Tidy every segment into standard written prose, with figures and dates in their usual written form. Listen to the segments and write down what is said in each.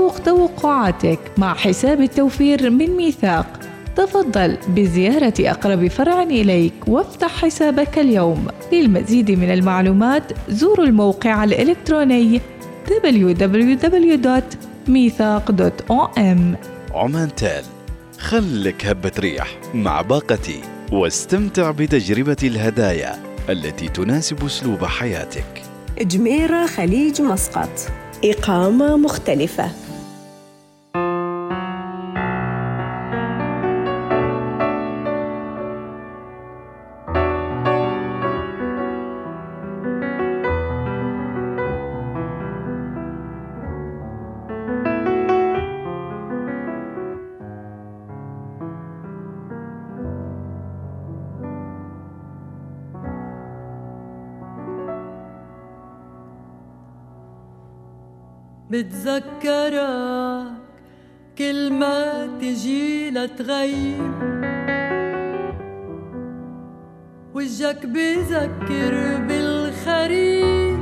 لتفوق توقعاتك مع حساب التوفير من ميثاق. تفضل بزيارة أقرب فرع إليك وافتح حسابك اليوم. للمزيد من المعلومات زوروا الموقع الإلكتروني www.mithaq.om. عمان تال، خلك هبة ريح مع باقتي واستمتع بتجربة الهدايا التي تناسب أسلوب حياتك. جميرة خليج مسقط، إقامة مختلفة. بتذكرك كل ما تجي لتغيب، وجهك بذكر بالخريف،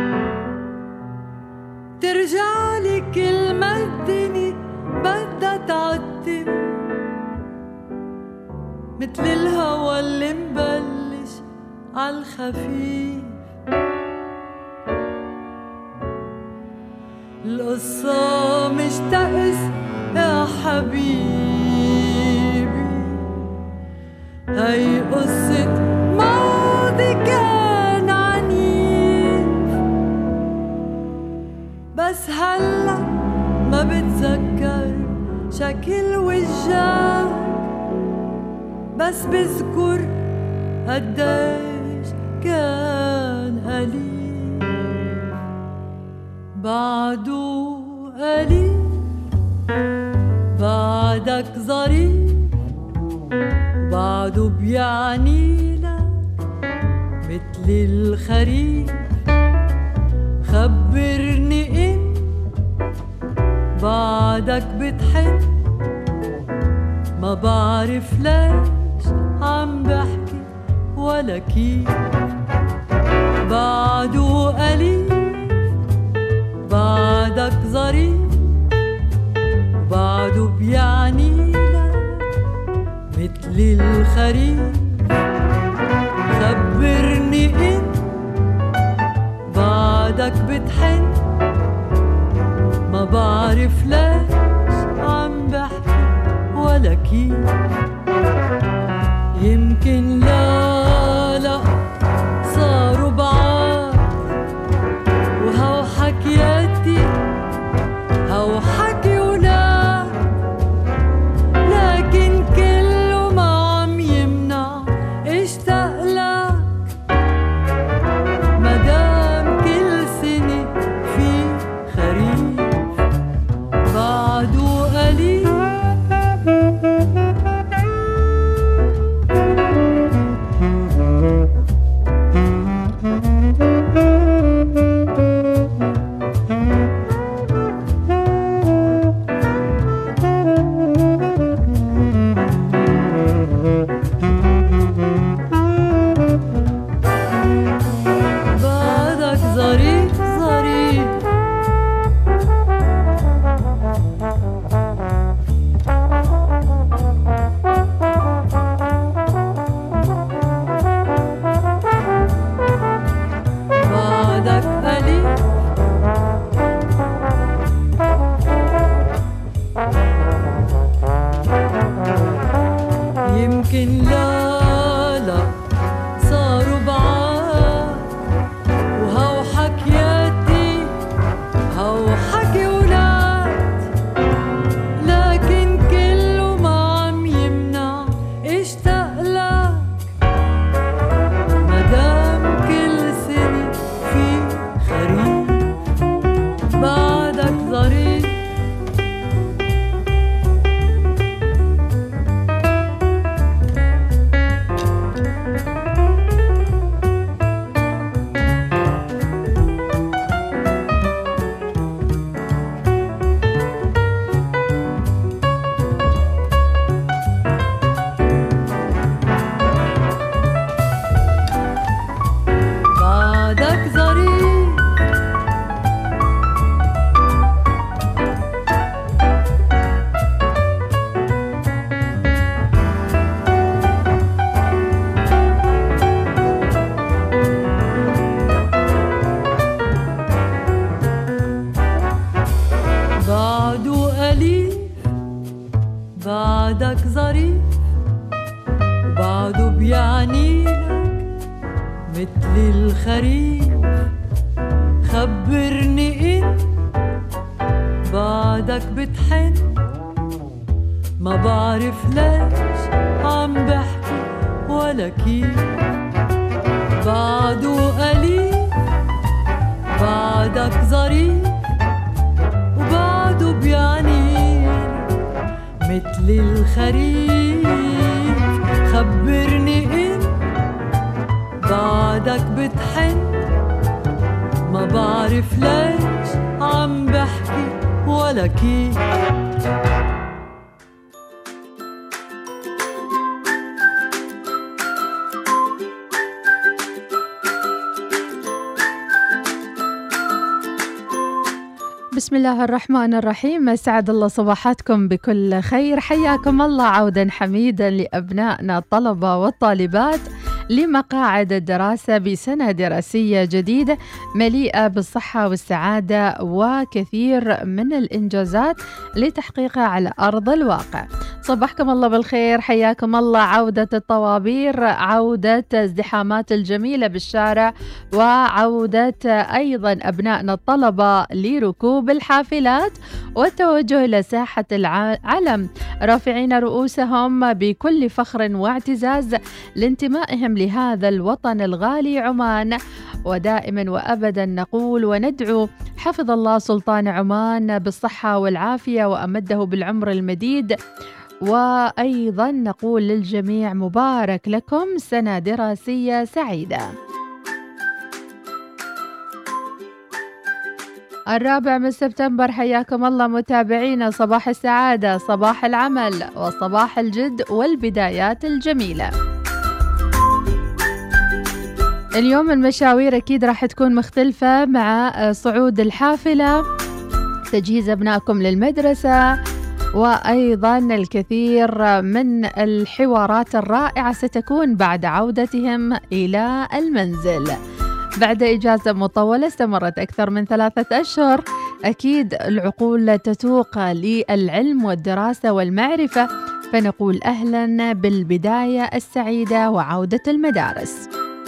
ترجع لي كل ما الدنيا بدها تعتم، مثل الهوى اللي مبلش عالخفيف. القصة مش تأس يا حبيبي، هاي قصة ماضي كان عنيف، بس هلأ ما بتذكر شكل وجهك، بس بذكر قديش كان قليل. بعده قليل بعدك ظريف، بعده بيعني لك مثل الخريف. خبرني إن بعدك بتحن، ما بعرف ليش عم بحكي ولا كيف. بعده قليل بعدك ظريف، بعده بيعني لك مثل الخريف. خبرني إن بعدك بتحن، ما بعرف ليش عم بحكي ولا كيف. يمكن لا صاروا بعاد، وهو حكياتي هو حكي ولاد، لكن كله ما عم يمنع اشتاق لك، مدام كل سنة في خريف. بعده قليل بعدك ظريف وبعده بيعنيلك مثل الخريف. خبرني إن بعدك بتحن، ما بعرف ليش عم بحكي ولا كيف. بعده قليل بعدك ظريف وبعده بيعنيلك مثل الخريف. خبرني إن بعدك بتحن، ما بعرف ليش عم بحكي ولا كيف. بسم الله الرحمن الرحيم. أسعد الله صباحاتكم بكل خير. حياكم الله عودا حميدا لأبنائنا الطلبة والطالبات لمقاعد الدراسة بسنة دراسية جديدة مليئة بالصحة والسعادة وكثير من الإنجازات لتحقيقها على أرض الواقع. صبحكم الله بالخير، حياكم الله. عودة الطوابير، عودة ازدحامات الجميلة بالشارع، وعودة أيضا أبنائنا الطلبة لركوب الحافلات والتوجه إلى ساحة العلم رافعين رؤوسهم بكل فخر واعتزاز لانتمائهم لهذا الوطن الغالي عمان. ودائما وأبدا نقول وندعو حفظ الله سلطان عمان بالصحة والعافية وأمده بالعمر المديد. وأيضا نقول للجميع مبارك لكم سنة دراسية سعيدة. 4 سبتمبر، حياكم الله متابعينا. صباح السعادة، صباح العمل، وصباح الجد والبدايات الجميلة. اليوم المشاوير أكيد راح تكون مختلفة مع صعود الحافلة، تجهيز أبنائكم للمدرسة، وأيضا الكثير من الحوارات الرائعة ستكون بعد عودتهم إلى المنزل بعد إجازة مطولة استمرت أكثر من 3 أشهر. أكيد العقول تتوق للعلم والدراسة والمعرفة، فنقول أهلا بالبداية السعيدة وعودة المدارس.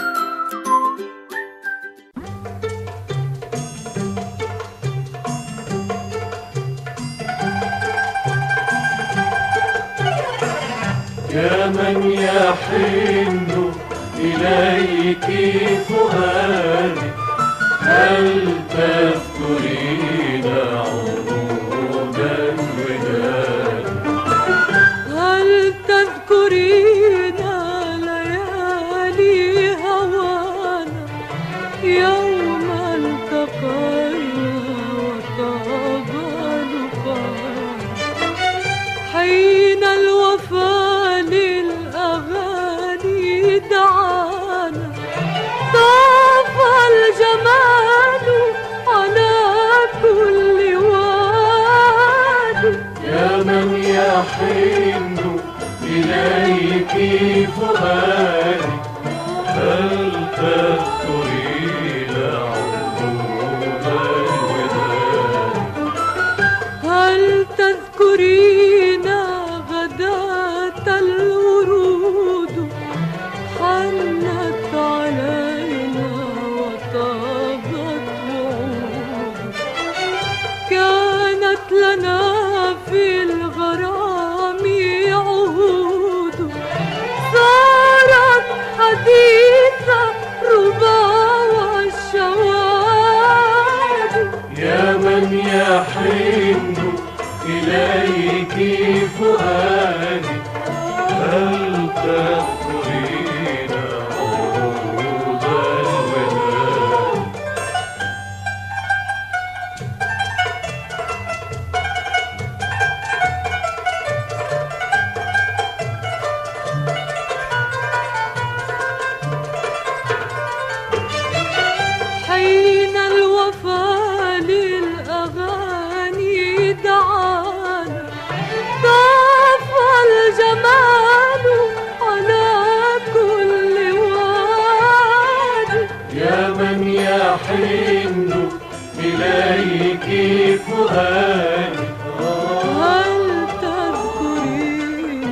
يا من يحن إليك فؤادي، هل تذكرين عروض الوداد؟ هل تذكرين ليالي هوانا يوم التقينا وطاب لقانا، حين الوفاء للأغاني دعانا، طاف الجمال على كل واد. يا من يحن إليك فؤادي، هل تذكرين عروض الوداد؟ هل تذكرين غداة الورود حنت علينا وطابت وعود، كانت لنا في الغرام عهود، صارت حديث ربا والشواد. يا من يحن إليك فؤادي، هل تذكرين عروض الوداد؟ حين الوفاء للأغاني دعانا، طاف الجمال على كل واد. يا من يحن إليك فؤادي، هل تذكرين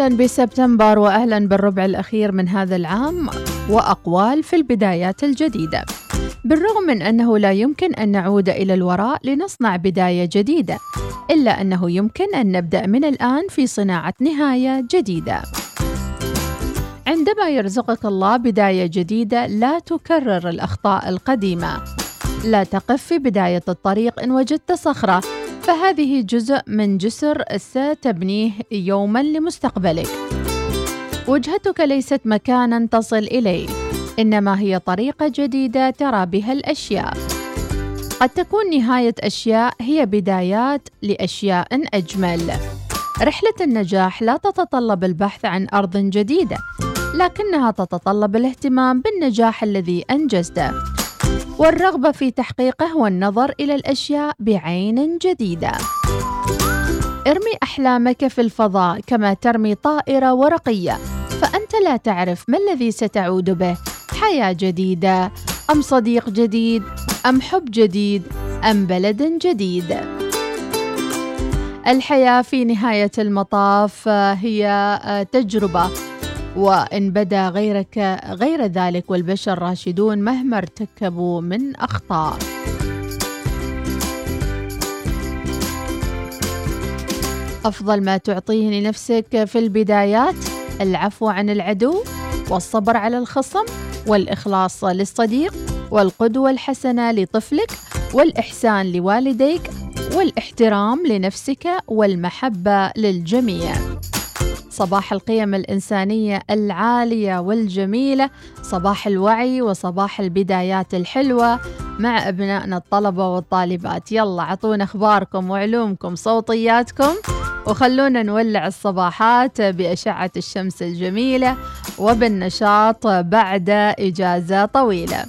أهلا بسبتمبر وأهلا بالربع الأخير من هذا العام وأقوال في البدايات الجديدة. بالرغم من أنه لا يمكن أن نعود إلى الوراء لنصنع بداية جديدة، إلا أنه يمكن أن نبدأ من الآن في صناعة نهاية جديدة. عندما يرزقك الله بداية جديدة لا تكرر الأخطاء القديمة. لا تقف في بداية الطريق إن وجدت صخرة، فهذه جزء من جسر ستبنيه يوماً لمستقبلك. وجهتك ليست مكاناً تصل إليه، إنما هي طريقة جديدة ترى بها الأشياء. قد تكون نهاية أشياء هي بدايات لأشياء أجمل. رحلة النجاح لا تتطلب البحث عن أرض جديدة، لكنها تتطلب الاهتمام بالنجاح الذي أنجزته، والرغبة في تحقيقه والنظر إلى الأشياء بعين جديدة. ارمي أحلامك في الفضاء كما ترمي طائرة ورقية، فأنت لا تعرف ما الذي ستعود به، حياة جديدة أم صديق جديد أم حب جديد أم بلد جديد. الحياة في نهاية المطاف هي تجربة، وإن بدا غير ذلك والبشر راشدون مهما ارتكبوا من أخطاء. أفضل ما تعطيه لنفسك في البدايات العفو عن العدو، والصبر على الخصم، والإخلاص للصديق، والقدوة الحسنة لطفلك، والإحسان لوالديك، والاحترام لنفسك، والمحبة للجميع. صباح القيم الإنسانية العالية والجميلة، صباح الوعي وصباح البدايات الحلوة مع أبنائنا الطلبة والطالبات. يلا عطونا أخباركم وعلومكم صوتياتكم، وخلونا نولع الصباحات بأشعة الشمس الجميلة وبالنشاط بعد إجازة طويلة.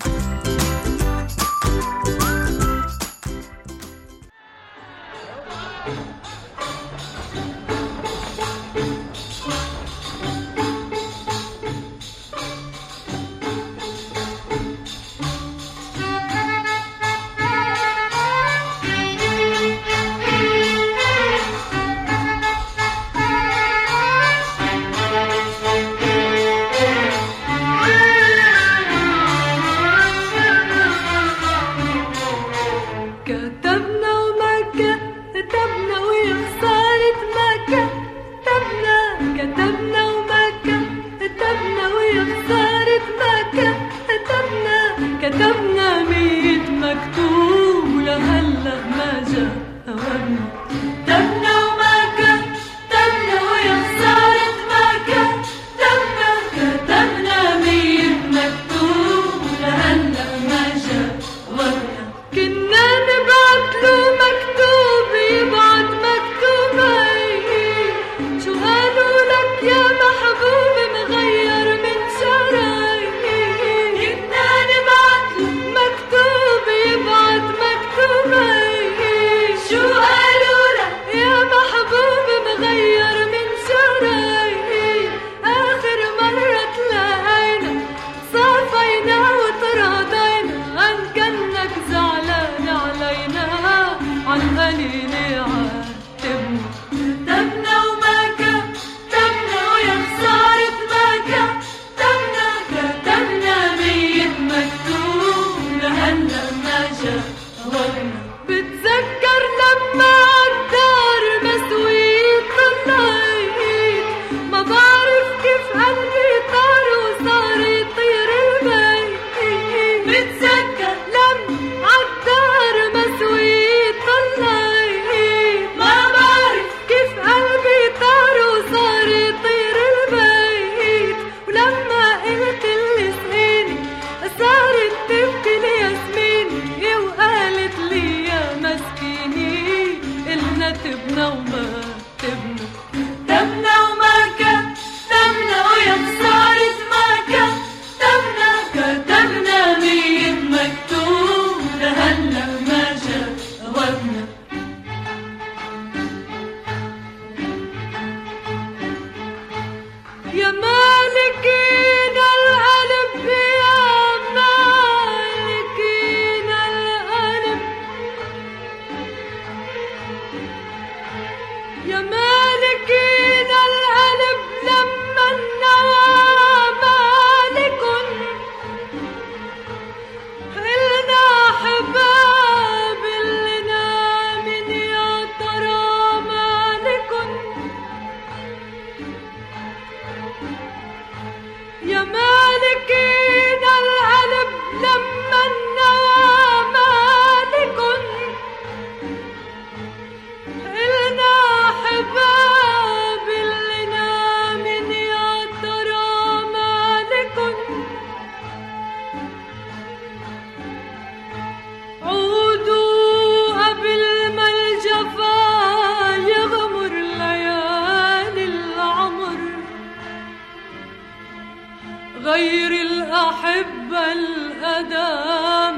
أحب الأدام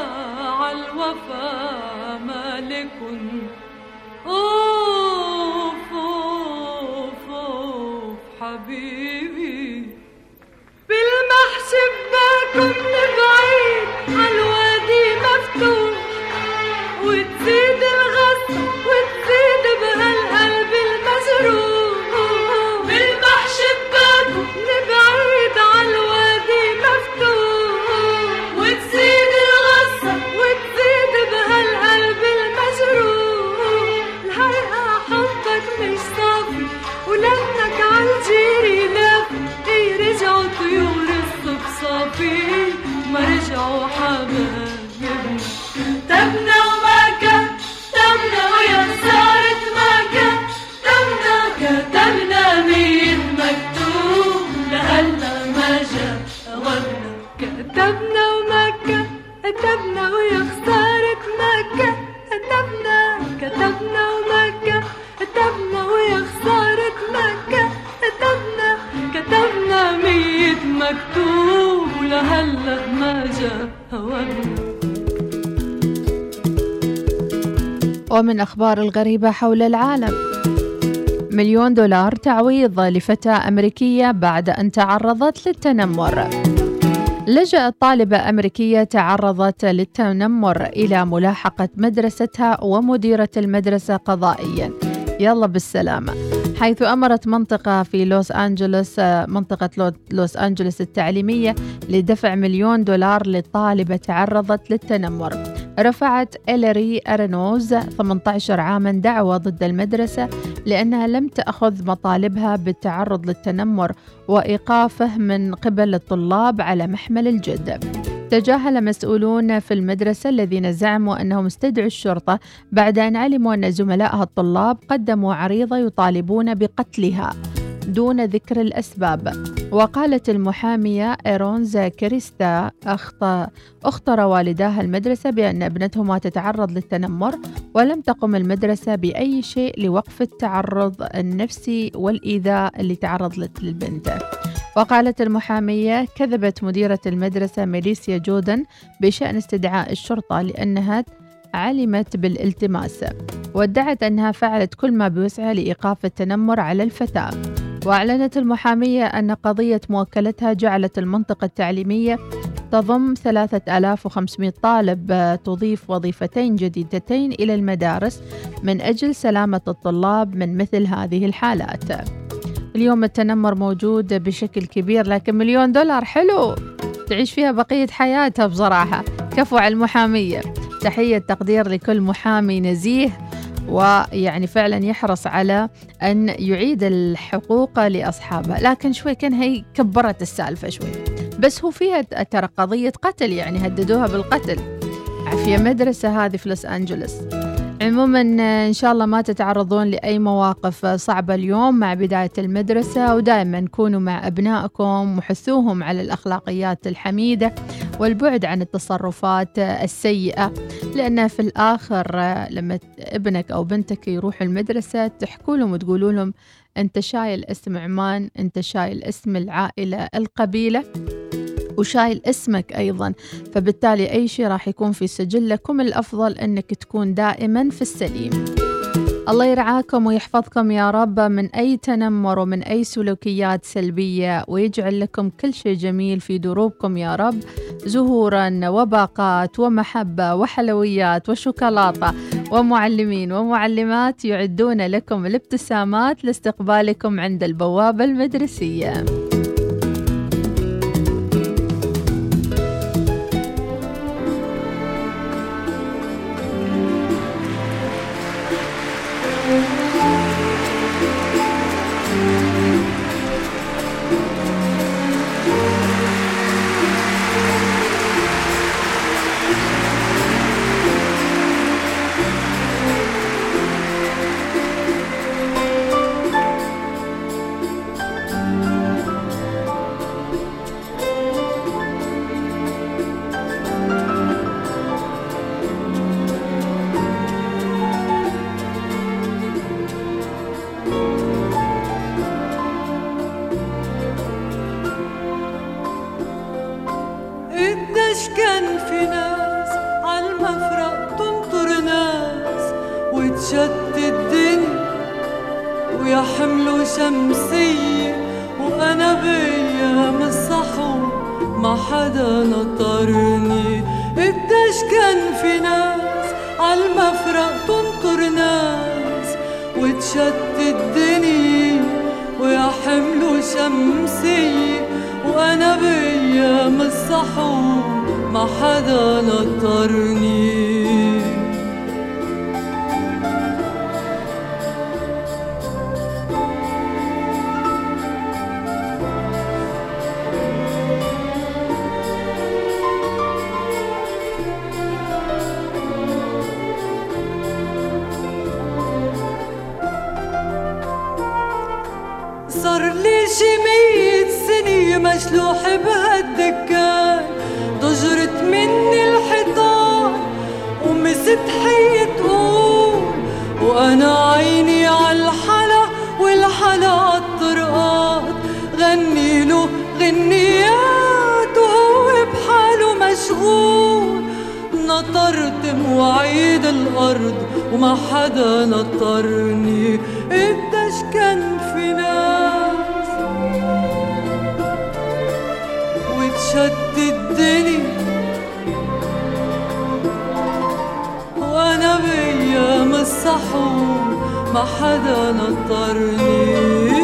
عالوفا مالك أوف أوف أوف حبيبي بالمحشب باكم بعيد عالوادي مفتوح وتزيد الغص وتزيد بهالقلب المجروح بالمحشب باكم بعيد عالوادي مفتوح وتزيد الغص وتزيد بهالقلب المجروح الحقيقة حبك مش صافي ولمك عالجيري لافي رجعوا طيور الصفصافي ما رجعوا حبايبنا تبنا وما كتبنا ويا خسارة ما كتبنا كتبنا 100 مكتوب لهلا ما جا غبنا كتبنا وما كتبنا ويا خسارة ما كتبنا كتبنا وما كتبنا ويا خسارة ما كتبنا كتبنا 100 مكتوب لهلا ما جا غبنا. ومن أخبار الغريبة حول العالم، $1,000,000 تعويض لفتاة أمريكية بعد أن تعرضت للتنمر. لجأت طالبة أمريكية تعرضت للتنمر إلى ملاحقة مدرستها ومديرة المدرسة قضائياً. يلا بالسلامة. حيث أمرت منطقة في منطقة لوس أنجلوس التعليمية لدفع $1,000,000 للطالبة تعرضت للتنمر. رفعت إليري أرنوز 18 عاما دعوى ضد المدرسة لأنها لم تأخذ مطالبها بالتعرض للتنمر وإيقافه من قبل الطلاب على محمل الجد. تجاهل مسؤولون في المدرسة الذين زعموا أنهم استدعوا الشرطة بعد أن علموا أن زملائها الطلاب قدموا عريضة يطالبون بقتلها دون ذكر الأسباب. وقالت المحامية إيرونز كريستا أخطر والداها المدرسة بأن ابنتهما تتعرض للتنمر ولم تقم المدرسة بأي شيء لوقف التعرض النفسي والإيذاء اللي تعرضت للبنت. وقالت المحامية كذبت مديرة المدرسة ميليسيا جودن بشأن استدعاء الشرطة لأنها علمت بالالتماس، وادعت أنها فعلت كل ما بوسعها لإيقاف التنمر على الفتاة. وأعلنت المحامية أن قضية موكلتها جعلت المنطقة التعليمية تضم 3500 طالب تضيف وظيفتين جديدتين إلى المدارس من أجل سلامة الطلاب من مثل هذه الحالات. اليوم التنمر موجود بشكل كبير، لكن $1,000,000 حلو تعيش فيها بقية حياتها بصراحة. كفو على المحامية. تحية تقدير لكل محامي نزيه ويعني فعلا يحرص على أن يعيد الحقوق لأصحابها. لكن شوي كان هي كبرت السالفة شوي، بس هو فيها ترى قضية قتل، يعني هددوها بالقتل. عافية مدرسة هذه في لوس أنجلوس. عموما إن شاء الله ما تتعرضون لأي مواقف صعبة اليوم مع بداية المدرسة، ودائما كونوا مع أبنائكم وحثوهم على الأخلاقيات الحميدة والبعد عن التصرفات السيئة، لأن في الآخر لما ابنك أو بنتك يروحوا المدرسة تحكوا لهم وتقولوا لهم أنت شايل اسم عمان، أنت شايل اسم العائلة القبيلة وشايل اسمك أيضا، فبالتالي أي شيء راح يكون في سجلكم الأفضل أنك تكون دائما في السليم. الله يرعاكم ويحفظكم يا رب من أي تنمر ومن أي سلوكيات سلبية، ويجعل لكم كل شيء جميل في دروبكم يا رب، زهورا وباقات ومحبة وحلويات وشوكولاتة ومعلمين ومعلمات يعدون لكم الابتسامات لاستقبالكم عند البوابة المدرسية. وتشتتني ويا حمله شمسية وأنا بأيام الصحو ما حدا نطرني. قديش كان في ناس عالمفرق تنطر ناس وتشتتني ويا حمله شمسية وأنا بأيام الصحو ما حدا نطرني. صار لي شي 100 سنة مشلوح بهالدكان، ضجرت مني الحيطان ومست حية قول، وأنا عيني عالحلا والحلا عالطرقات، غني له غنيات وهو بحاله مشغول. نطرت مواعيد الأرض وما حدا نطرني. قديش كان في ناس وتشتتني وأنا بأيام الصحو ما حدا نطرني.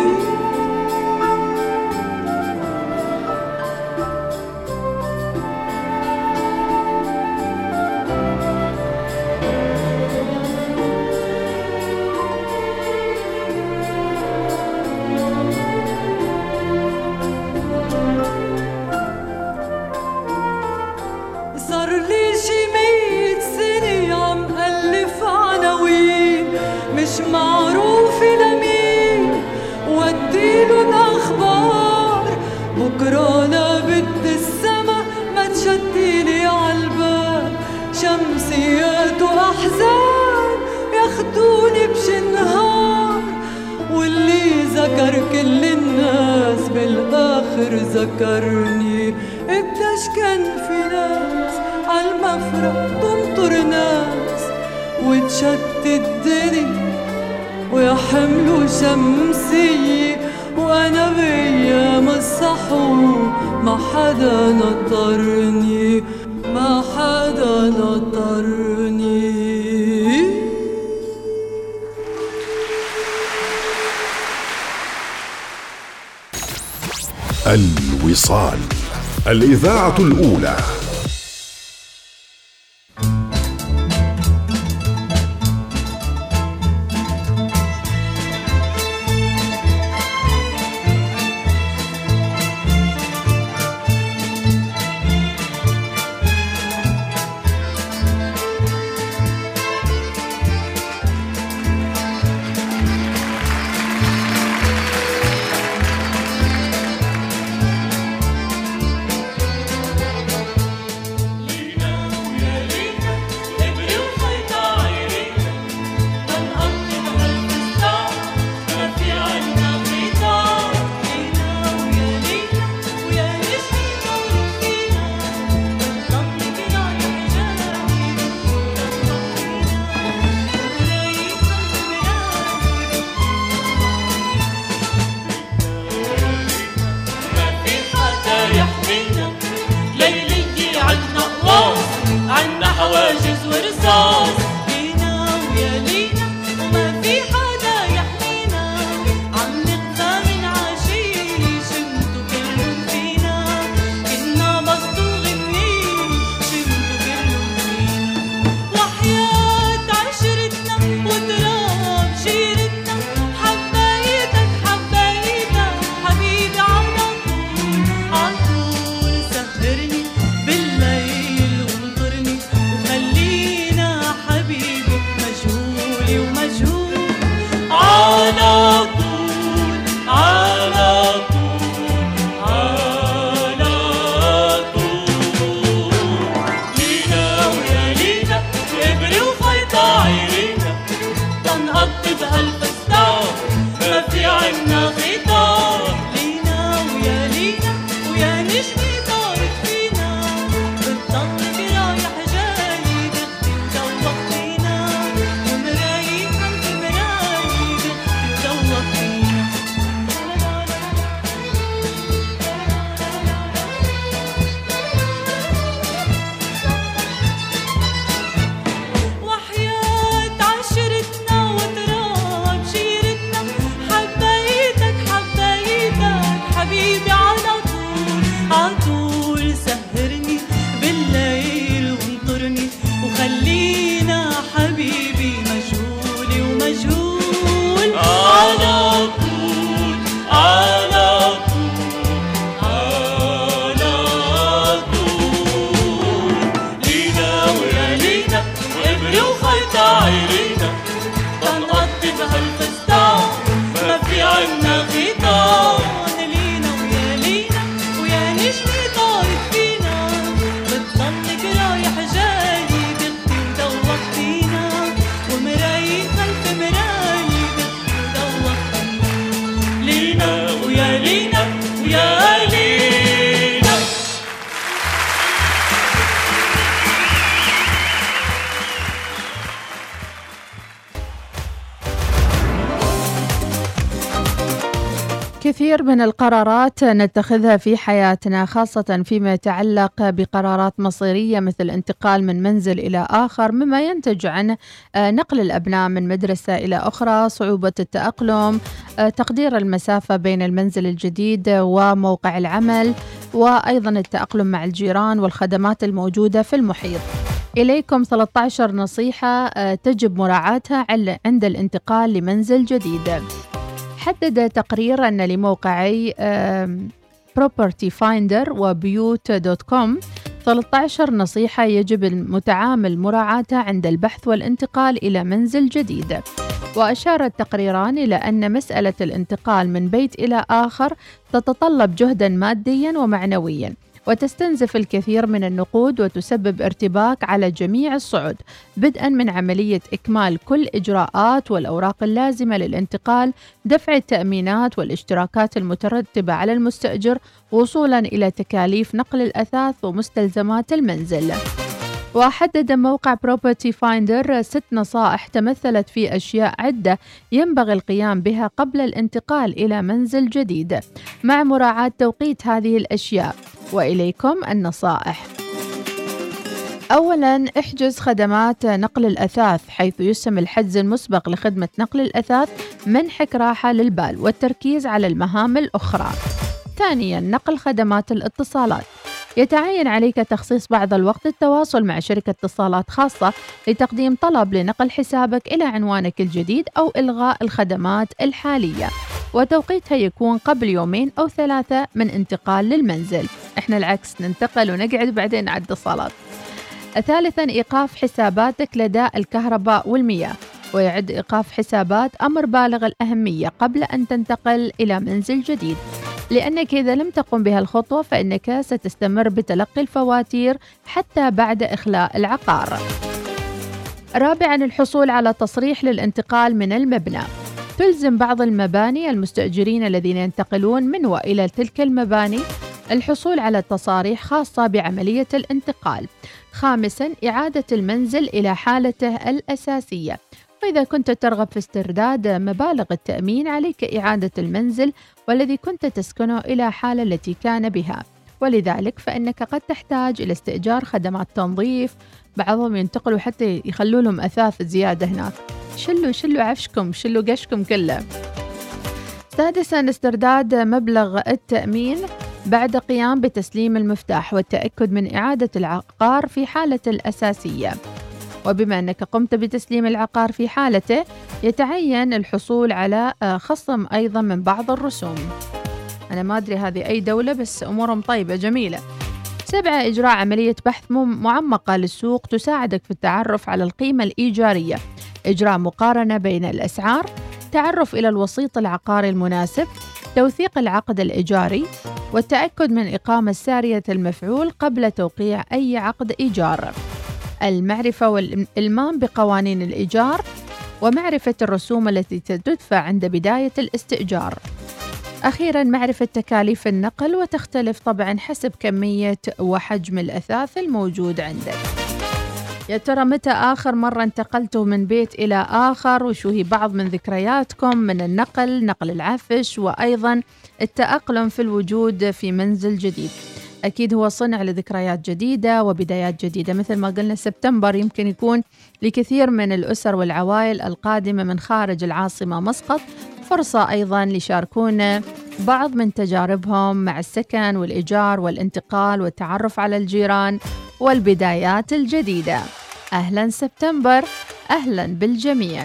صار لي شي 100 سنة عم ألف عناوين مش معروفة لمين، وديلن أخبار بكرة لابد السما ما تشتيلي عالباب، شمسيات وأحزان ياخدوني بشي نهار، واللي ذكر كل الناس بالآخر ذكرني. قديش كان في ناس عالمفرق تنطر ناس وتشتتني ويا حمله شمسية وأنا بأيام الصحو ما حدا نطرني، ما حدا نطرني. الوصال، الإذاعة الأولى. الكثير من القرارات نتخذها في حياتنا، خاصة فيما يتعلق بقرارات مصيرية مثل الانتقال من منزل إلى آخر، مما ينتج عن نقل الأبناء من مدرسة إلى أخرى، صعوبة التأقلم، تقدير المسافة بين المنزل الجديد وموقع العمل، وأيضا التأقلم مع الجيران والخدمات الموجودة في المحيط. إليكم 13 نصيحة تجب مراعاتها عند الانتقال لمنزل جديد. حدد تقرير أن لموقعي Property Finder وبيوت.com 13 نصيحة يجب المتعامل مراعاتها عند البحث والانتقال إلى منزل جديد. وأشار التقريران إلى أن مسألة الانتقال من بيت إلى آخر تتطلب جهداً مادياً ومعنوياً، وتستنزف الكثير من النقود وتسبب ارتباك على جميع الصعد، بدءاً من عملية إكمال كل إجراءات والأوراق اللازمة للانتقال، دفع التأمينات والاشتراكات المترتبة على المستأجر، وصولاً إلى تكاليف نقل الأثاث ومستلزمات المنزل. وحدد موقع Property Finder 6 نصائح تمثلت في أشياء عدة ينبغي القيام بها قبل الانتقال إلى منزل جديد، مع مراعاة توقيت هذه الأشياء. وإليكم النصائح. أولاً، احجز خدمات نقل الأثاث، حيث يسهم الحجز المسبق لخدمة نقل الأثاث منحك راحة للبال والتركيز على المهام الأخرى. ثانياً، نقل خدمات الاتصالات، يتعين عليك تخصيص بعض الوقت للتواصل مع شركة اتصالات خاصة لتقديم طلب لنقل حسابك إلى عنوانك الجديد أو إلغاء الخدمات الحالية، وتوقيتها يكون قبل 2 أو 3 من انتقال للمنزل. إحنا العكس، ننتقل ونقعد وبعدين نعد اتصالات. ثالثاً، إيقاف حساباتك لدى الكهرباء والمياه، ويعد إيقاف حسابات أمر بالغ الأهمية قبل أن تنتقل إلى منزل جديد، لأنك إذا لم تقم بها الخطوة فإنك ستستمر بتلقي الفواتير حتى بعد إخلاء العقار. رابعاً، الحصول على تصريح للانتقال من المبنى، تلزم بعض المباني المستأجرين الذين ينتقلون من وإلى تلك المباني الحصول على تصاريح خاصة بعملية الانتقال. خامساً، إعادة المنزل إلى حالته الأساسية، وإذا كنت ترغب في استرداد مبالغ التأمين عليك إعادة المنزل والذي كنت تسكنه إلى حالة التي كان بها، ولذلك فإنك قد تحتاج إلى استئجار خدمات تنظيف، بعضهم ينتقلوا حتى يخلوا لهم أثاث زيادة هناك، شلوا عفشكم، شلوا قشكم كله. سادساً، استرداد مبلغ التأمين بعد قيام بتسليم المفتاح والتأكد من إعادة العقار في حالة الأساسية، وبما أنك قمت بتسليم العقار في حالته يتعين الحصول على خصم أيضا من بعض الرسوم. أنا ما أدري هذه أي دولة، بس أمورهم طيبة جميلة. 7، إجراء عملية بحث معمقة للسوق تساعدك في التعرف على القيمة الإيجارية، إجراء مقارنة بين الأسعار، تعرف إلى الوسيط العقاري المناسب، توثيق العقد الإيجاري، والتأكد من إقامة سارية المفعول قبل توقيع أي عقد إيجار، المعرفة والإلمام بقوانين الإيجار، ومعرفة الرسوم التي تدفع عند بداية الاستئجار. أخيراً، معرفة تكاليف النقل، وتختلف طبعاً حسب كمية وحجم الأثاث الموجود عندك. يا ترى متى آخر مرة انتقلتوا من بيت إلى آخر؟ وشو هي بعض من ذكرياتكم من النقل، نقل العفش، وأيضاً التأقلم في الوجود في منزل جديد؟ أكيد هو صنع لذكريات جديدة وبدايات جديدة. مثل ما قلنا، سبتمبر يمكن يكون لكثير من الأسر والعوائل القادمة من خارج العاصمة مسقط فرصة أيضاً ليشاركون بعض من تجاربهم مع السكن والإيجار والانتقال والتعرف على الجيران والبدايات الجديدة. أهلاً سبتمبر، أهلاً بالجميع.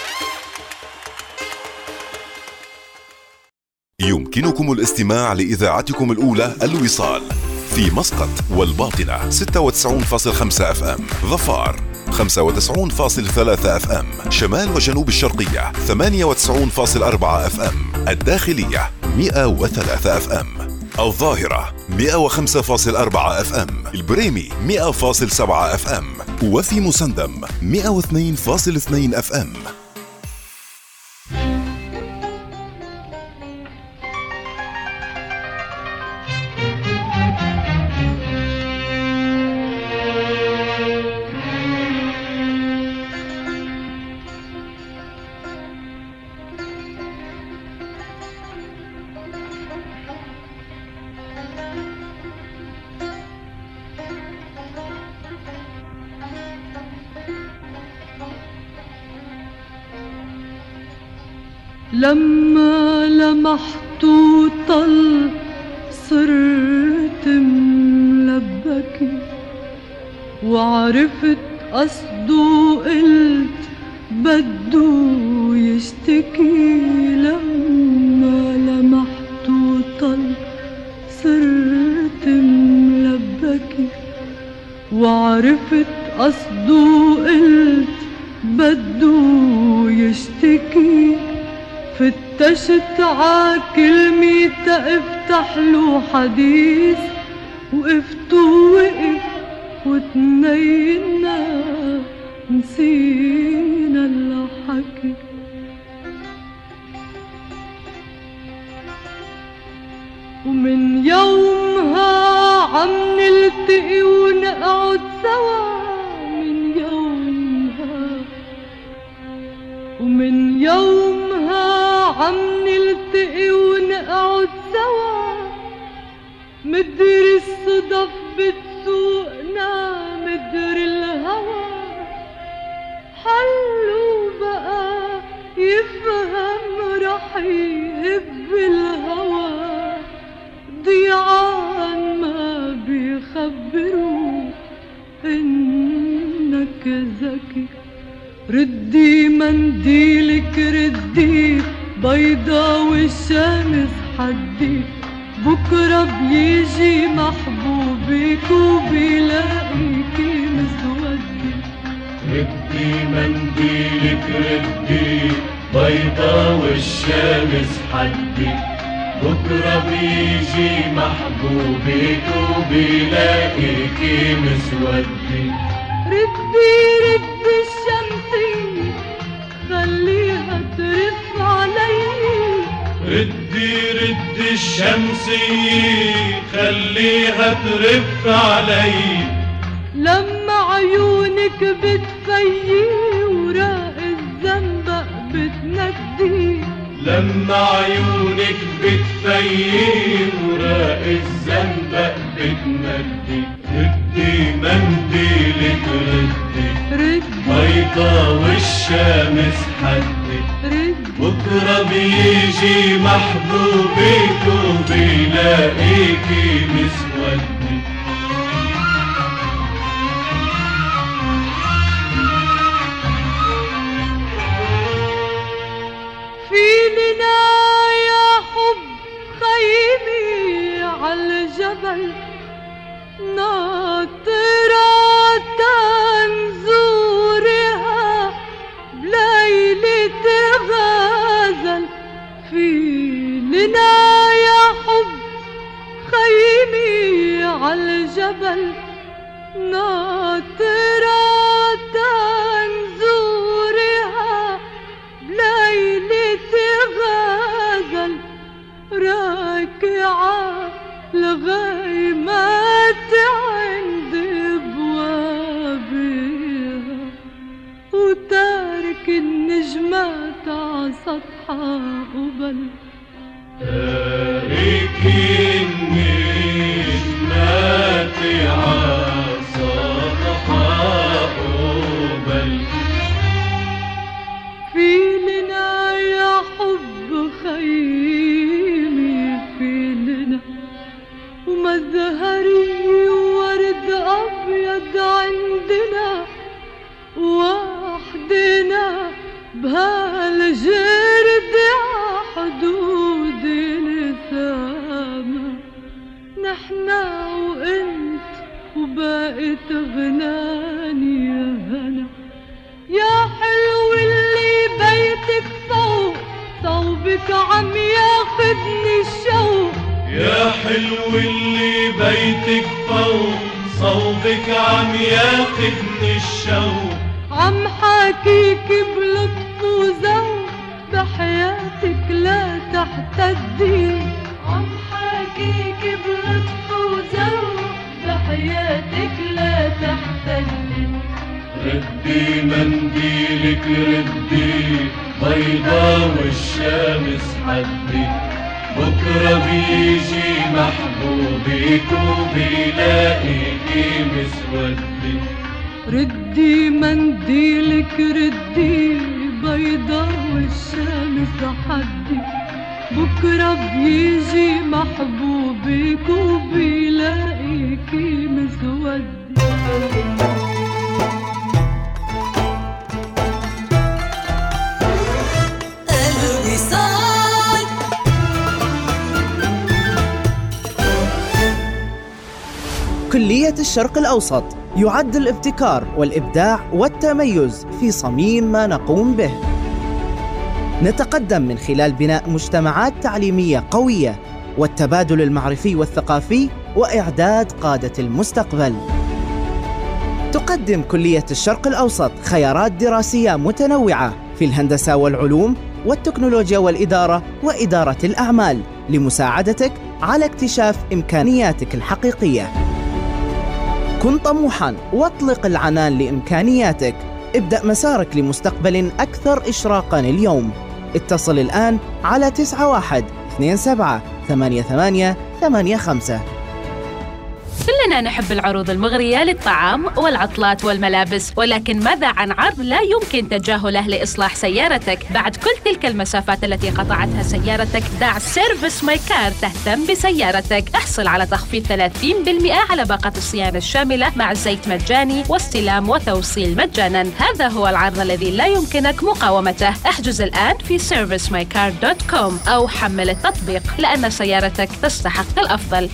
يمكنكم الاستماع لإذاعتكم الأولى الوصال في مسقط والباطنة 96.5 FM، ظفار 95.3 FM، شمال وجنوب الشرقية 98.4 FM، الداخلية 103 FM، الظاهرة 105.4 FM، البريمي 100.7 FM، وفي مسندم 102.2 FM. لما لمحت طل صرت ملبكي وعرفت قصده قلت بدو يشتكي لما لمحت طل صرت ملبكي وعرفت قصده قلت بدو يشتكي فتشت عالكلمة تفتح له حديث وقفت ووقف وتنينا نسينا اللي حكي ومن يومها عم نلتقي ونقعد سوا ومن يومها عم نلتقي ونقعد سوا مدري الصدف بتسوقنا مدري الهوى حلو بقى يفهم رح يهب الهوى ضيعان ما بيخبروا انك ذكي ردي منديلك ردي بيضا والشمس حدي بكرة بيجي محبوبك وبيلاقيكي مسودي ردي منديلك ردي بيضا والشمس حدي بكرة بيجي محبوبك وبيلاقيكي مسودي ردي ردي الشمسية خليها ترف علي ردي ردي الشمسية خليها ترف علي لما عيونك بتفيي وراق الزنبق بتندي لما عيونك بتفيي وراق الزنبق بتندي ردي منديلك ردي بيضا والشمس حدي بكرة بيجي محبوبك وبيلاقيكي مسودي في لنا يا حب خيمي عالجبل ناطرة نزورها بليلة غزل في لنا يا حب خيمي عالجبل ناطرة نزورها بليلة غزل راكعة الغيمات عند ابوابها وتارك النجمات ع سطحها قبل تارك النجمات ع سطحها قبل في لنا يا حب خيمي في لنا ومزهري وورد أبيض عندنا وحدنا بهالجرد حدود نسامة نحنا وانت وبقيت غناني يا هنا يا حلو اللي بيتك فوق صوبك عم ياخدني الشوق يا حلو اللي بيتك فوق صوبك عم ياخدني الشوق عم حاكيك بلطف وذوق بحياتك لا تحتدي عم حاكيك بلطف وذوق بحياتك لا تحتدي ردي منديلك ردي بيضا والشمس حدي بكرة بيجي محبوبك وبيلاقيكي مسودي ردي منديلك ردي بيضة والشمس حدي، بكرة بيجي محبوبك وبيلاقيكي مسودي. الوصال. كلية الشرق الأوسط يعد الابتكار والإبداع والتميز في صميم ما نقوم به. نتقدم من خلال بناء مجتمعات تعليمية قوية والتبادل المعرفي والثقافي وإعداد قادة المستقبل. تقدم كلية الشرق الأوسط خيارات دراسية متنوعة في الهندسة والعلوم والتكنولوجيا والإدارة وإدارة الأعمال لمساعدتك على اكتشاف إمكانياتك الحقيقية. كن طموحاً واطلق العنان لإمكانياتك. ابدأ مسارك لمستقبل أكثر إشراقاً اليوم. اتصل الآن على 91278885. كلنا نحب العروض المغرية للطعام والعطلات والملابس، ولكن ماذا عن عرض لا يمكن تجاهله لإصلاح سيارتك؟ بعد كل تلك المسافات التي قطعتها سيارتك، دع سيرفيس ماي كار تهتم بسيارتك. احصل على تخفيض 30% على باقة الصيانة الشاملة مع زيت مجاني واستلام وتوصيل مجانا. هذا هو العرض الذي لا يمكنك مقاومته. احجز الآن في servicemycar.com أو حمل التطبيق، لأن سيارتك تستحق الأفضل.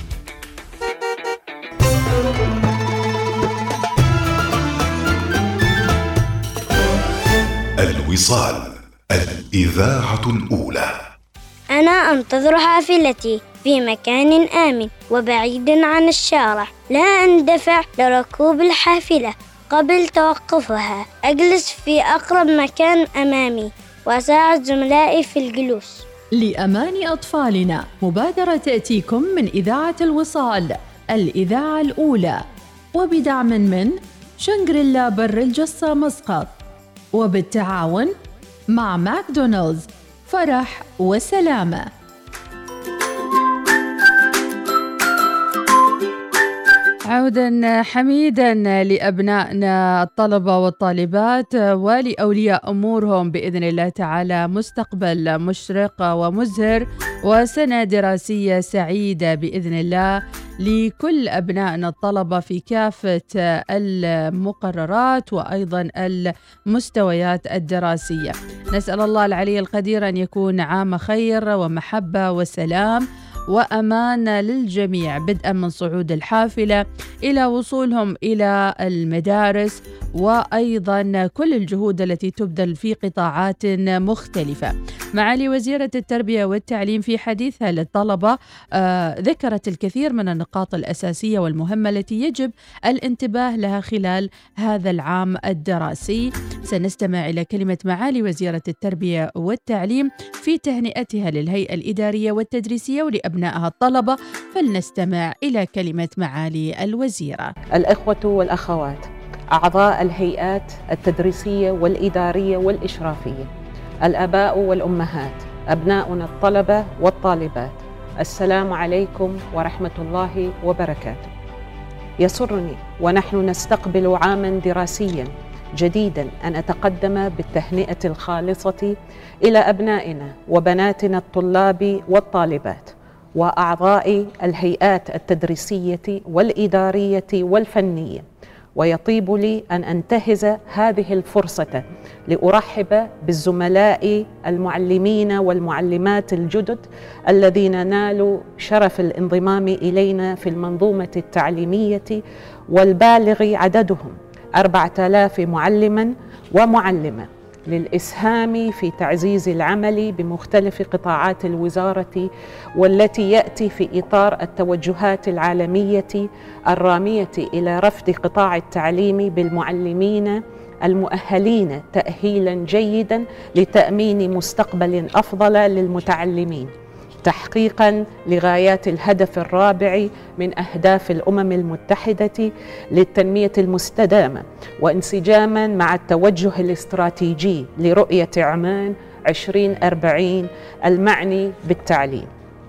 الوصال، الإذاعة الأولى. أنا أنتظر حافلتي في مكان آمن وبعيد عن الشارع. لا أندفع لركوب الحافلة قبل توقفها. أجلس في أقرب مكان أمامي وأساعد زملائي في الجلوس. لأمان أطفالنا، مبادرة تأتيكم من إذاعة الوصال، الإذاعة الأولى، وبدعم من شنغريلا بر الجصة مسقط، وبالتعاون مع ماكدونالدز. فرح وسلامة. عودا حميدا لأبنائنا الطلبة والطالبات ولأولياء أمورهم بإذن الله تعالى، مستقبل مشرق ومزهر وسنة دراسية سعيدة بإذن الله لكل أبنائنا الطلبة في كافة المقررات وأيضا المستويات الدراسية. نسأل الله العلي القدير أن يكون عام خير ومحبة وسلام وأمان للجميع، بدءا من صعود الحافلة إلى وصولهم إلى المدارس، وأيضا كل الجهود التي تبذل في قطاعات مختلفة. معالي وزيرة التربية والتعليم في حديثها للطلبة ذكرت الكثير من النقاط الأساسية والمهمة التي يجب الانتباه لها خلال هذا العام الدراسي. سنستمع إلى كلمة معالي وزيرة التربية والتعليم في تهنئتها للهيئة الإدارية والتدريسية ولأبنائها الطلبة، فلنستمع إلى كلمة معالي الوزيرة. الإخوة والأخوات أعضاء الهيئات التدريسية والإدارية والإشرافية، الآباء والأمهات، أبناؤنا الطلبة والطالبات، السلام عليكم ورحمة الله وبركاته. يسرني ونحن نستقبل عاما دراسيا جديدا أن أتقدم بالتهنئة الخالصة إلى أبنائنا وبناتنا الطلاب والطالبات وأعضاء الهيئات التدريسية والإدارية والفنية. ويطيب لي أن أنتهز هذه الفرصة لأرحب بالزملاء المعلمين والمعلمات الجدد الذين نالوا شرف الانضمام إلينا في المنظومة التعليمية، والبالغ عددهم 4000 معلما ومعلمة، للإسهام في تعزيز العمل بمختلف قطاعات الوزارة، والتي يأتي في إطار التوجهات العالمية الرامية إلى رفد قطاع التعليم بالمعلمين المؤهلين تأهيلا جيدا لتأمين مستقبل أفضل للمتعلمين، تحقيقا لغايات الهدف الرابع من أهداف الأمم المتحدة للتنمية المستدامة، وانسجاما مع التوجه الاستراتيجي لرؤية عمان 2040 المعني بالتعليم.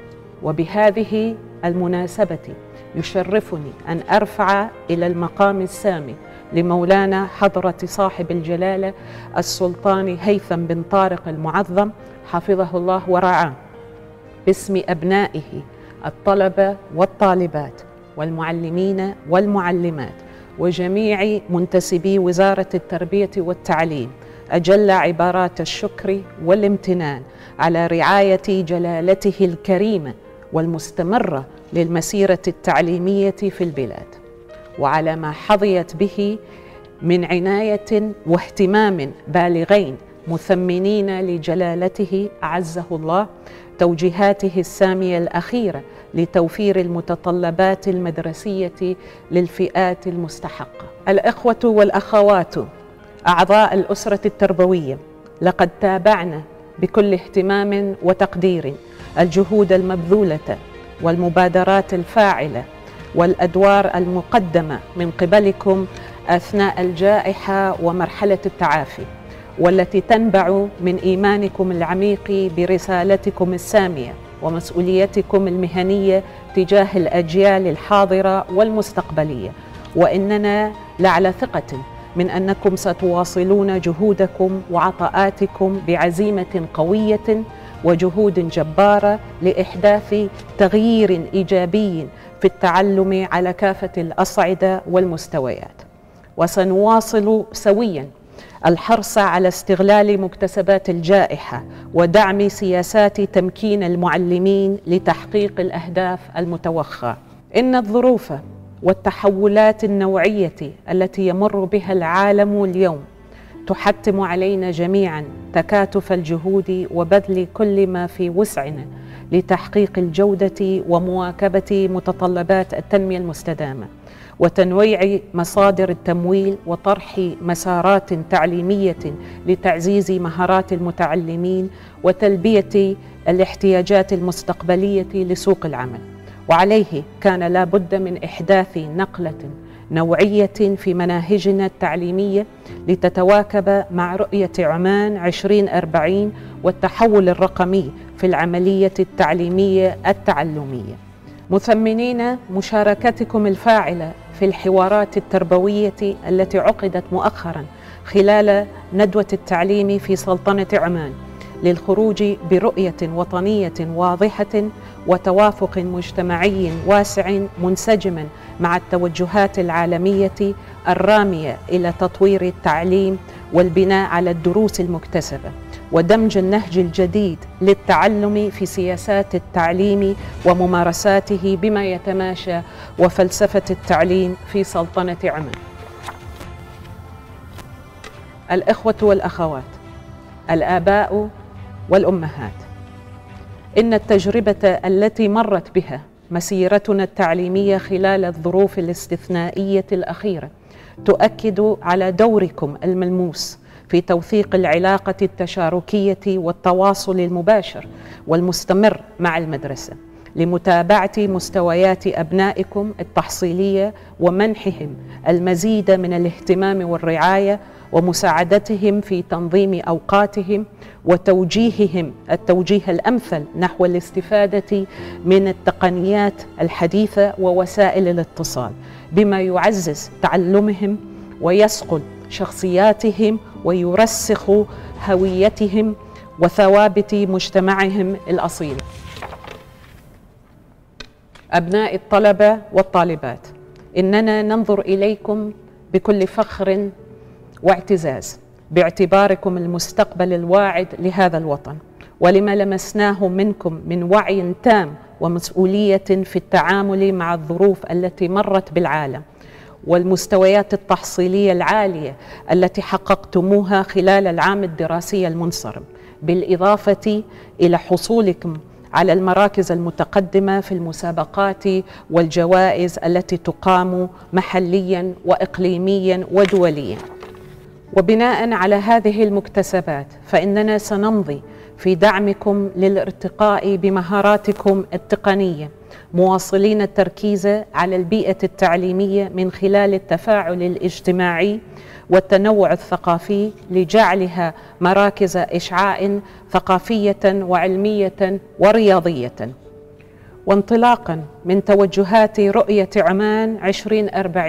وبهذه المناسبة يشرفني أن أرفع إلى المقام السامي لمولانا حضرة صاحب الجلالة السلطان هيثم بن طارق المعظم حفظه الله ورعاه، باسم أبنائه الطلبة والطالبات والمعلمين والمعلمات وجميع منتسبي وزارة التربية والتعليم، أجل عبارات الشكر والامتنان على رعاية جلالته الكريمة والمستمرة للمسيرة التعليمية في البلاد، وعلى ما حظيت به من عناية واهتمام بالغين مثمنين لجلالته أعزه الله توجيهاته السامية الأخيرة لتوفير المتطلبات المدرسية للفئات المستحقة. الإخوة والأخوات أعضاء الأسرة التربوية، لقد تابعنا بكل اهتمام وتقدير الجهود المبذولة والمبادرات الفاعلة والأدوار المقدمة من قبلكم أثناء الجائحة ومرحلة التعافي، والتي تنبع من إيمانكم العميق برسالتكم السامية ومسؤوليتكم المهنية تجاه الأجيال الحاضرة والمستقبلية، وإننا لعلى ثقة من أنكم ستواصلون جهودكم وعطاءاتكم بعزيمة قوية وجهود جبارة لإحداث تغيير إيجابي في التعلم على كافة الأصعدة والمستويات. وسنواصل سوياً الحرص على استغلال مكتسبات الجائحة ودعم سياسات تمكين المعلمين لتحقيق الأهداف المتوخى. إن الظروف والتحولات النوعية التي يمر بها العالم اليوم تحتم علينا جميعاً تكاتف الجهود وبذل كل ما في وسعنا لتحقيق الجودة ومواكبة متطلبات التنمية المستدامة، وتنويع مصادر التمويل وطرح مسارات تعليمية لتعزيز مهارات المتعلمين وتلبية الاحتياجات المستقبلية لسوق العمل. وعليه كان لا بد من إحداث نقلة نوعية في مناهجنا التعليمية لتتواكب مع رؤية عمان 2040 والتحول الرقمي في العملية التعليمية التعلمية، مثمنين مشاركتكم الفاعلة في الحوارات التربوية التي عقدت مؤخراً خلال ندوة التعليم في سلطنة عمان للخروج برؤية وطنية واضحة وتوافق مجتمعي واسع منسجماً مع التوجهات العالمية الرامية إلى تطوير التعليم والبناء على الدروس المكتسبة، ودمج النهج الجديد للتعلم في سياسات التعليم وممارساته بما يتماشى وفلسفة التعليم في سلطنة عمان. الإخوة والأخوات، الآباء والأمهات، إن التجربة التي مرت بها مسيرتنا التعليمية خلال الظروف الاستثنائية الأخيرة تؤكد على دوركم الملموس في توثيق العلاقة التشاركية والتواصل المباشر والمستمر مع المدرسة لمتابعة مستويات أبنائكم التحصيلية ومنحهم المزيد من الاهتمام والرعاية ومساعدتهم في تنظيم أوقاتهم وتوجيههم التوجيه الأمثل نحو الاستفادة من التقنيات الحديثة ووسائل الاتصال، بما يعزز تعلمهم ويصقل شخصياتهم ويرسخ هويتهم وثوابت مجتمعهم الأصيل. أبناء الطلبة والطالبات، إننا ننظر إليكم بكل فخر واعتزاز باعتباركم المستقبل الواعد لهذا الوطن، ولما لمسناه منكم من وعي تام ومسؤولية في التعامل مع الظروف التي مرت بالعالم والمستويات التحصيلية العالية التي حققتموها خلال العام الدراسي المنصرم، بالإضافة إلى حصولكم على المراكز المتقدمة في المسابقات والجوائز التي تقام محلياً وإقليمياً ودولياً. وبناء على هذه المكتسبات فإننا سنمضي في دعمكم للارتقاء بمهاراتكم التقنية، مواصلين التركيز على البيئة التعليمية من خلال التفاعل الاجتماعي والتنوع الثقافي لجعلها مراكز إشعاع ثقافية وعلمية ورياضية. وانطلاقا من توجهات رؤية عمان 2040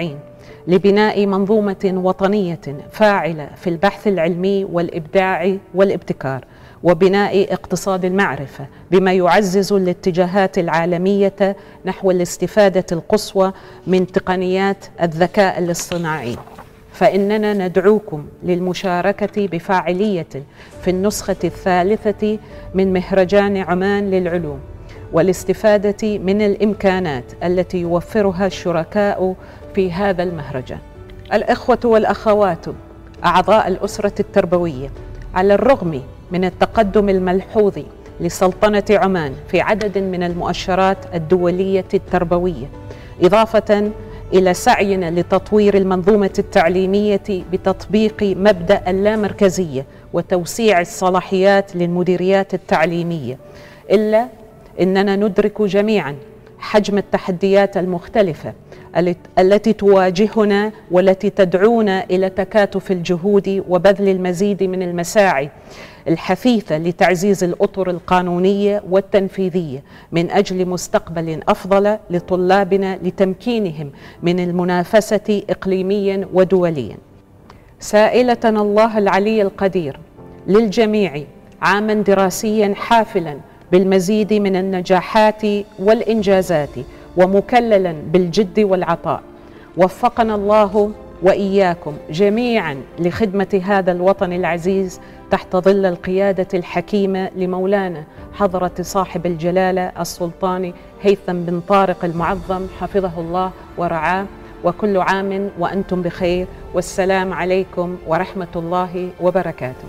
لبناء منظومة وطنية فاعلة في البحث العلمي والإبداع والابتكار، وبناء اقتصاد المعرفة بما يعزز الاتجاهات العالمية نحو الاستفادة القصوى من تقنيات الذكاء الاصطناعي. فإننا ندعوكم للمشاركة بفاعلية في النسخة الثالثة من مهرجان عمان للعلوم، والاستفادة من الإمكانات التي يوفرها الشركاء في هذا المهرجان. الإخوة والأخوات أعضاء الأسرة التربوية، على الرغم من التقدم الملحوظ لسلطنة عمان في عدد من المؤشرات الدولية التربوية، إضافة إلى سعينا لتطوير المنظومة التعليمية بتطبيق مبدأ اللامركزية وتوسيع الصلاحيات للمديريات التعليمية، إلا أننا ندرك جميعا حجم التحديات المختلفة التي تواجهنا والتي تدعونا إلى تكاتف الجهود وبذل المزيد من المساعي الحثيثة لتعزيز الأطر القانونية والتنفيذية من أجل مستقبل أفضل لطلابنا لتمكينهم من المنافسة إقليميا ودوليا. سائلة الله العلي القدير للجميع عاما دراسيا حافلا بالمزيد من النجاحات والإنجازات ومكللا بالجد والعطاء. وفقنا الله وإياكم جميعا لخدمة هذا الوطن العزيز تحت ظل القيادة الحكيمة لمولانا حضرة صاحب الجلالة السلطان هيثم بن طارق المعظم حفظه الله ورعاه، وكل عام وأنتم بخير، والسلام عليكم ورحمة الله وبركاته.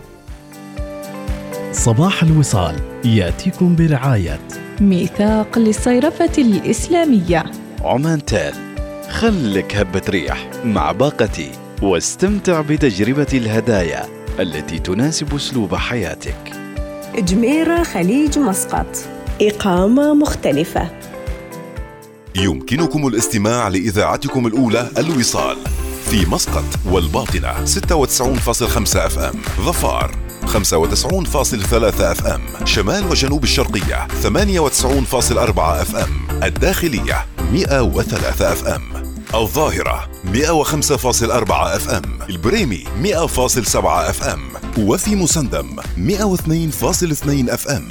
صباح الوصال ياتيكم برعاية ميثاق للصيرفة الإسلامية، عمان تال. خلك هبة ريح مع باقتي واستمتع بتجربة الهدايا التي تناسب أسلوب حياتك. جميرة خليج مسقط، إقامة مختلفة. يمكنكم الاستماع لإذاعتكم الأولى الوصال في مسقط والباطنة 96.5 FM، ظفار 95.3 FM، شمال وجنوب الشرقية 98.4 FM، الداخلية 103 FM، الظاهرة 105.4 FM، البريمي 100.7 FM، وفي مسندم 102.2 FM.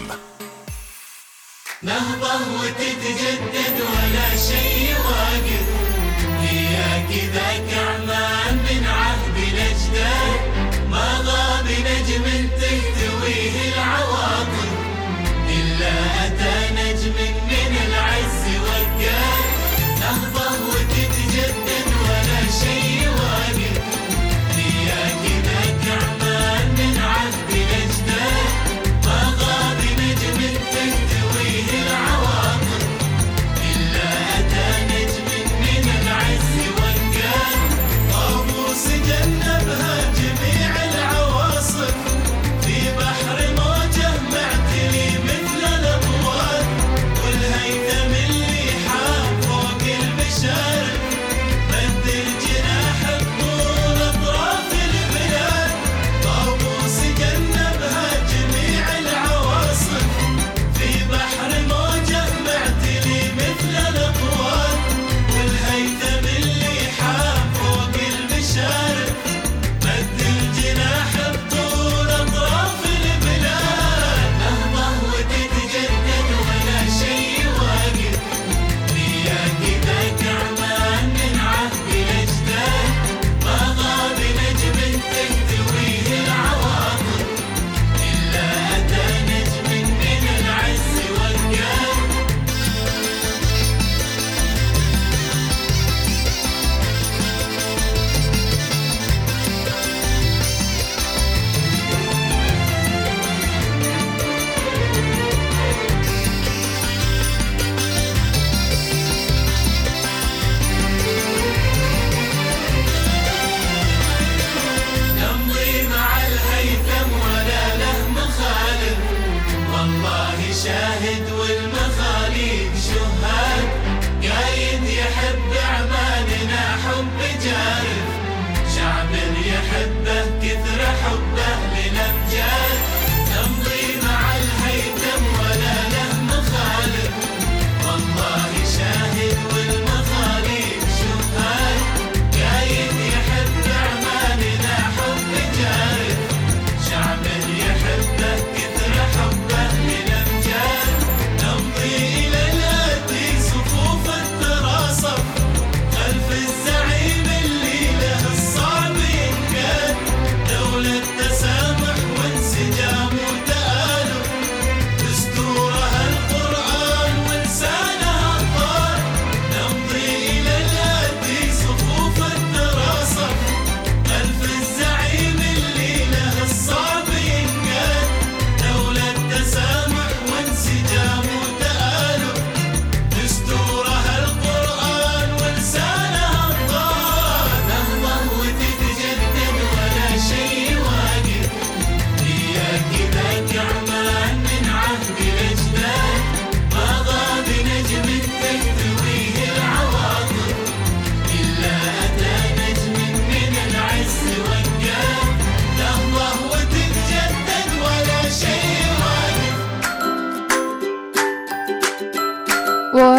نهضة وتتجدد ولا شيء واقف، هي كذاك عمان من عهد الأجداد، ما غاب نجم تهتويه العواطف، إلا أتى نجم من العز وقال. نهضة وتتجدد ولا شيء واقف، هي كذاك عمان من عهد الأجداد، ما غاب نجم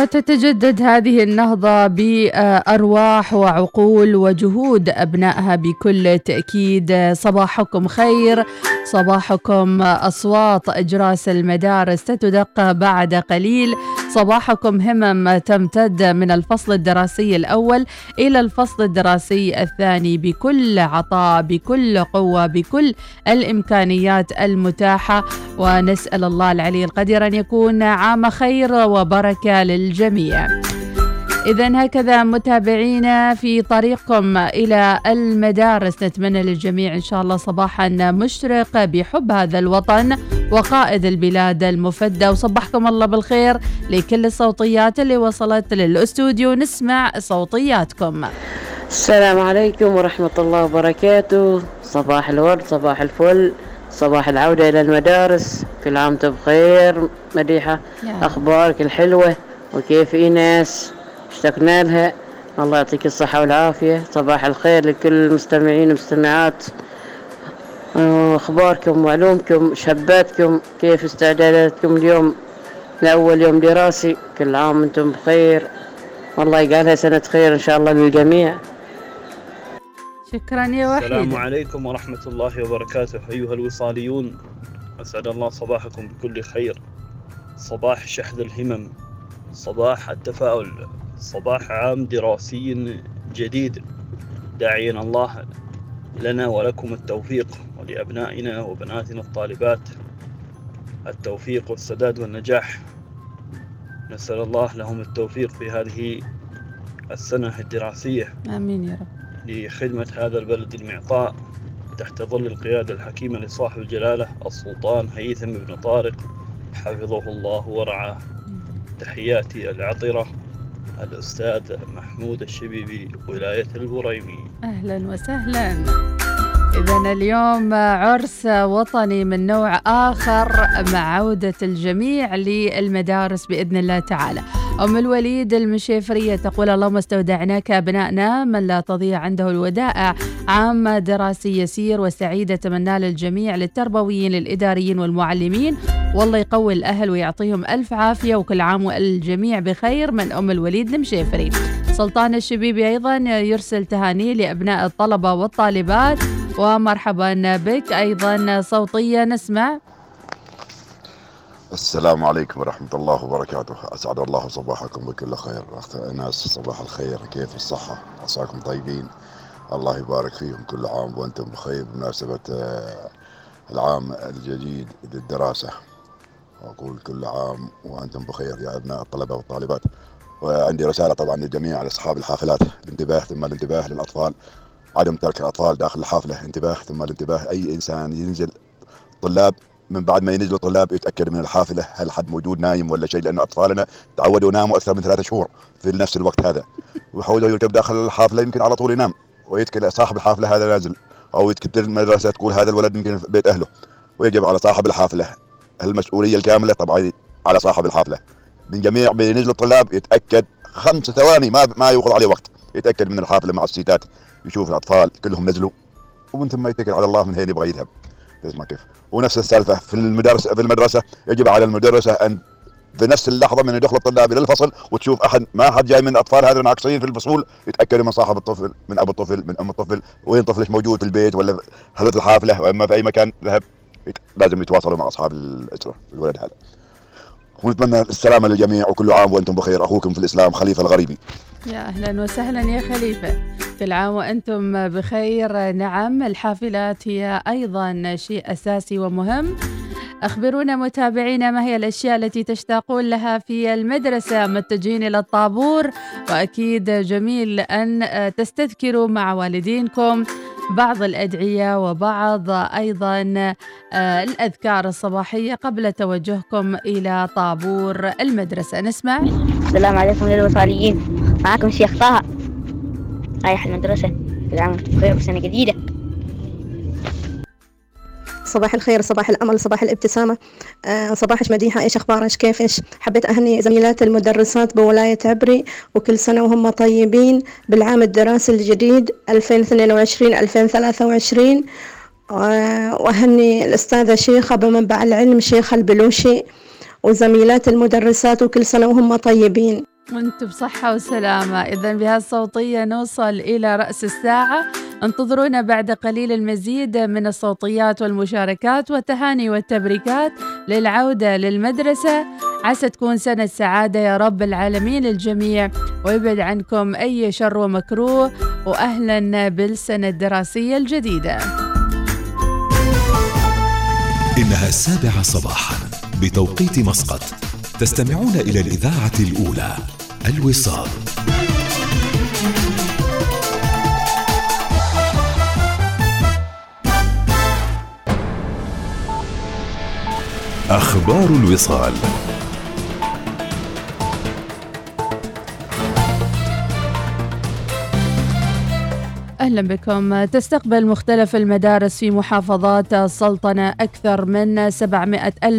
وتتجدد هذه النهضة بأرواح وعقول وجهود أبنائها بكل تأكيد. صباحكم خير، صباحكم أصوات أجراس المدارس ستدق بعد قليل، صباحكم همم تمتد من الفصل الدراسي الأول إلى الفصل الدراسي الثاني بكل عطاء، بكل قوة، بكل الإمكانيات المتاحة، ونسأل الله العلي القدير أن يكون عام خير وبركة للجميع. إذن هكذا متابعينا في طريقكم إلى المدارس، نتمنى للجميع إن شاء الله صباحا مشرق بحب هذا الوطن وقائد البلاد المفدى. وصبحكم الله بالخير لكل الصوتيات اللي وصلت للأستوديو، نسمع صوتياتكم. السلام عليكم ورحمة الله وبركاته، صباح الورد، صباح الفل، صباح العودة إلى المدارس، كل عام وانتم بخير. مديحة أخبارك الحلوة وكيف إيناس؟ اشتقنا لها، الله يعطيك الصحة والعافية. صباح الخير لكل المستمعين والمستمعات، أخباركم وعلومكم شاباتكم، كيف استعداداتكم اليوم لأول يوم دراسي؟ كل عام وانتم بخير، والله يجعلها سنة خير إن شاء الله للجميع. شكرا يا وحيد. السلام عليكم ورحمة الله وبركاته أيها الوصاليون، أسعد الله صباحكم بكل خير، صباح شحذ الهمم، صباح التفاؤل، صباح عام دراسي جديد، داعيا الله لنا ولكم التوفيق، ولأبنائنا وبناتنا الطالبات التوفيق والسداد والنجاح. نسأل الله لهم التوفيق في هذه السنة الدراسية، آمين يا رب، لخدمة هذا البلد المعطاء تحت ظل القيادة الحكيمة لصاحب الجلالة السلطان هيثم بن طارق حفظه الله ورعاه. تحياتي العطرة الأستاذ محمود الشبيبي، ولاية البريمي. أهلا وسهلا. إذن اليوم عرس وطني من نوع آخر مع عودة الجميع للمدارس بإذن الله تعالى. أم الوليد المشيفرية تقول: اللهم استودعناك أبنائنا من لا تضيع عنده الودائع، عام دراسي يسير وسعيد أتمنى للجميع، للتربويين للإداريين والمعلمين، والله يقوي الأهل ويعطيهم ألف عافية، وكل عام والجميع بخير. من أم الوليد المشيفري. سلطان الشبيبي أيضا يرسل تهاني لأبناء الطلبة والطالبات ومرحبا بك. أيضا صوتية نسمع. السلام عليكم ورحمة الله وبركاته، أسعد الله صباحكم بكل خير. أخت إيناس صباح الخير، كيف الصحة؟ عساكم طيبين، الله يبارك فيهم، كل عام وأنتم بخير بمناسبة العام الجديد للدراسة، وأقول كل عام وأنتم بخير يا أبناء الطلبة والطالبات. وعندي رسالة طبعا للجميع على أصحاب الحافلات: الانتباه ثم الانتباه للأطفال، عدم ترك الأطفال داخل الحافلة، انتباه ثم الانتباه. أي إنسان ينزل طلاب، من بعد ما ينزلوا طلاب يتأكد من الحافلة هل حد موجود نايم ولا شيء، لأن أطفالنا تعودوا يناموا أكثر من 3 شهور في نفس الوقت هذا، ويحاولوا يركب داخل الحافلة يمكن على طول ينام، ويتكل صاحب الحافلة هذا نازل، أو يتكتب المدرسة تقول هذا الولد يمكن في بيت أهله، ويجب على صاحب الحافلة المسؤولية الكاملة طبعا على صاحب الحافلة. من جميع بينزلوا الطلاب يتأكد 5 ثواني ما يأخذ عليه وقت، يتأكد من الحافلة مع السيتات، يشوف الأطفال كلهم نزلوا، ومن ثم يتكل على الله من هين يبغى يذهب. تسمع كيف؟ ونفس السالفة في المدرسة يجب على المدرسة أن في نفس اللحظة من يدخل الطلاب إلى الفصل وتشوف ما حد جاي من الأطفال هذول ناقصين في الفصول، يتأكد من صاحب الطفل، من أبو الطفل، من أم الطفل، وين طفلش موجود في البيت ولا حضرت الحافلة، وإما في أي مكان ذهب لازم يتواصلوا مع أصحاب الأسرة الولد هذا. ونتمنى السلامة للجميع، وكل عام وأنتم بخير. أخوكم في الإسلام خليفة الغريبي. يا أهلا وسهلا يا خليفة، كل عام وأنتم بخير. نعم، الحافلات هي أيضا شيء أساسي ومهم. أخبرونا متابعينا ما هي الأشياء التي تشتاقون لها في المدرسة، متجهين إلى الطابور، وأكيد جميل أن تستذكروا مع والدينكم بعض الأدعية وبعض أيضا الأذكار الصباحية قبل توجهكم إلى طابور المدرسة. نسمع. السلام عليكم للوصاليين، معكم شيخ طه رايح المدرسة، كل عام وانتم بخير وسنة جديدة. صباح الخير، صباح الأمل، صباح الابتسامة. صباحش مديحة، إيش أخبارش؟ كيفش؟ حبيت أهني زميلات المدرسات بولاية عبري، وكل سنة وهم طيبين بالعام الدراسي الجديد 2022-2023. وأهني الأستاذة شيخة بمنبع العلم شيخة البلوشي وزميلات المدرسات، وكل سنة وهم طيبين. وانتم بصحة وسلامة. إذن بهالصوتية نوصل إلى رأس الساعة. انتظرونا بعد قليل المزيد من الصوتيات والمشاركات والتهاني والتبريكات للعودة للمدرسة. عسى تكون سنة سعادة يا رب العالمين للجميع، ويبعد عنكم أي شر ومكروه، وأهلا بالسنة الدراسية الجديدة. إنها 7 صباحا بتوقيت مسقط. تستمعون إلى الإذاعة الأولى الوصال. أخبار الوصال. أهلا بكم. تستقبل مختلف المدارس في محافظات السلطنة أكثر من 700,000